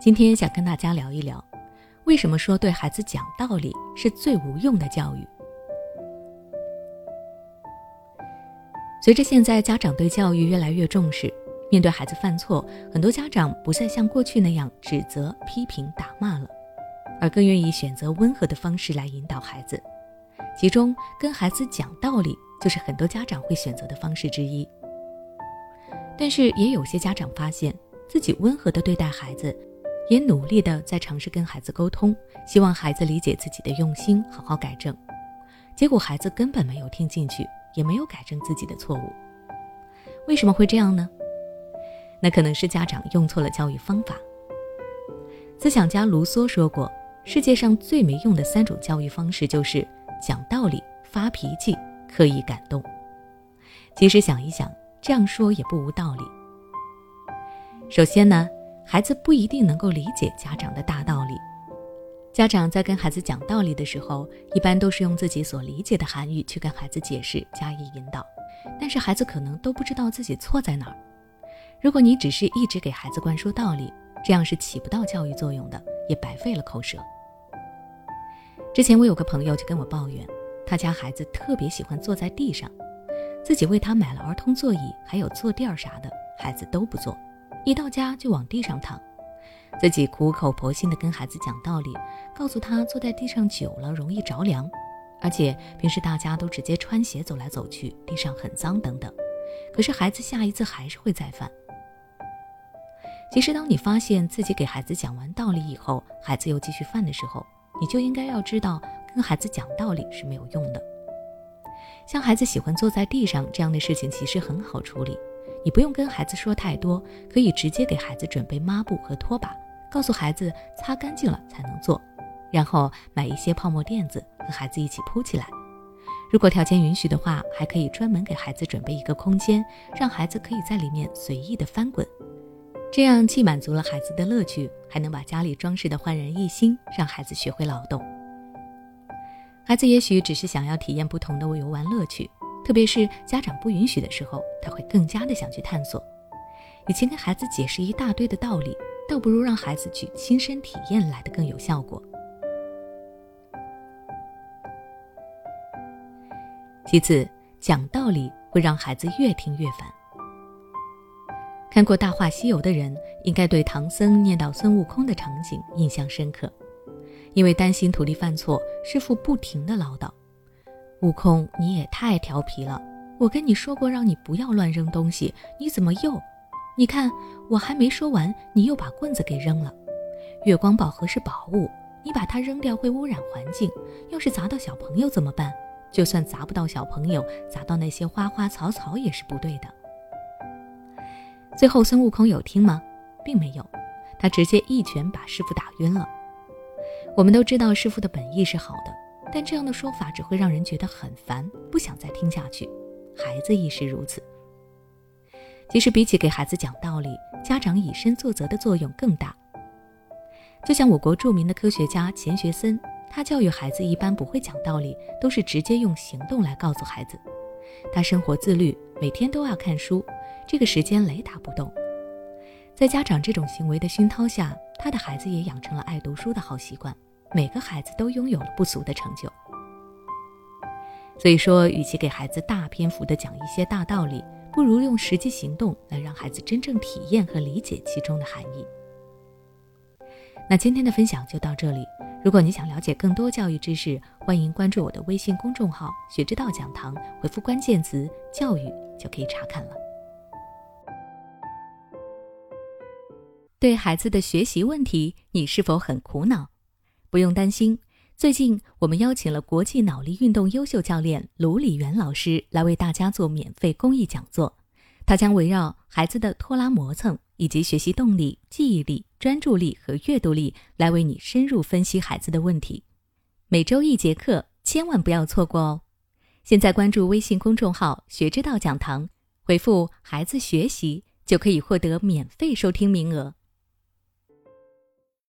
今天想跟大家聊一聊，为什么说对孩子讲道理是最无用的教育。随着现在家长对教育越来越重视，面对孩子犯错，很多家长不再像过去那样指责、批评、打骂了，而更愿意选择温和的方式来引导孩子。其中跟孩子讲道理就是很多家长会选择的方式之一。但是也有些家长发现自己温和地对待孩子，也努力地在尝试跟孩子沟通，希望孩子理解自己的用心，好好改正。结果孩子根本没有听进去，也没有改正自己的错误。为什么会这样呢？那可能是家长用错了教育方法。思想家卢梭说过，世界上最没用的3种教育方式就是讲道理、发脾气、刻意感动。其实想一想，这样说也不无道理。首先呢，孩子不一定能够理解家长的大道理。家长在跟孩子讲道理的时候，一般都是用自己所理解的含义去跟孩子解释，加以引导，但是孩子可能都不知道自己错在哪儿。如果你只是一直给孩子灌输道理，这样是起不到教育作用的，也白费了口舌。之前我有个朋友就跟我抱怨，他家孩子特别喜欢坐在地上，自己为他买了儿童座椅还有坐垫啥的，孩子都不坐，一到家就往地上躺。自己苦口婆心地跟孩子讲道理，告诉他坐在地上久了容易着凉，而且平时大家都直接穿鞋走来走去，地上很脏等等。可是孩子下一次还是会再犯。其实当你发现自己给孩子讲完道理以后，孩子又继续犯的时候，你就应该要知道跟孩子讲道理是没有用的。像孩子喜欢坐在地上这样的事情其实很好处理，你不用跟孩子说太多，可以直接给孩子准备抹布和拖把，告诉孩子擦干净了才能坐，然后买一些泡沫垫子和孩子一起铺起来。如果条件允许的话，还可以专门给孩子准备一个空间，让孩子可以在里面随意的翻滚。这样既满足了孩子的乐趣，还能把家里装饰得焕然一新，让孩子学会劳动。孩子也许只是想要体验不同的游玩乐趣，特别是家长不允许的时候，他会更加的想去探索。与其跟孩子解释一大堆的道理，倒不如让孩子去亲身体验来得更有效果。其次，讲道理会让孩子越听越烦。看过《大话西游》的人应该对唐僧念叨孙悟空的场景印象深刻。因为担心徒弟犯错，师父不停地唠叨，悟空你也太调皮了，我跟你说过让你不要乱扔东西，你怎么又……你看我还没说完，你又把棍子给扔了。月光宝盒是宝物，你把它扔掉会污染环境，要是砸到小朋友怎么办？就算砸不到小朋友，砸到那些花花草草也是不对的。最后孙悟空有听吗？并没有，他直接一拳把师父打晕了。我们都知道师父的本意是好的，但这样的说法只会让人觉得很烦，不想再听下去。孩子亦是如此。其实比起给孩子讲道理，家长以身作则的作用更大。就像我国著名的科学家钱学森，他教育孩子一般不会讲道理，都是直接用行动来告诉孩子。他生活自律，每天都要看书，这个时间雷打不动。在家长这种行为的熏陶下，他的孩子也养成了爱读书的好习惯，每个孩子都拥有了不俗的成就。所以说，与其给孩子大篇幅地讲一些大道理，不如用实际行动来让孩子真正体验和理解其中的含义。那今天的分享就到这里，如果你想了解更多教育知识，欢迎关注我的微信公众号学之道讲堂，回复关键词教育就可以查看了。对孩子的学习问题，你是否很苦恼？不用担心，最近我们邀请了国际脑力运动优秀教练卢礼元老师来为大家做免费公益讲座。他将围绕孩子的拖拉磨蹭以及学习动力、记忆力、专注力和阅读力来为你深入分析孩子的问题。每周1节课，千万不要错过哦！现在关注微信公众号学之道讲堂，回复孩子学习就可以获得免费收听名额。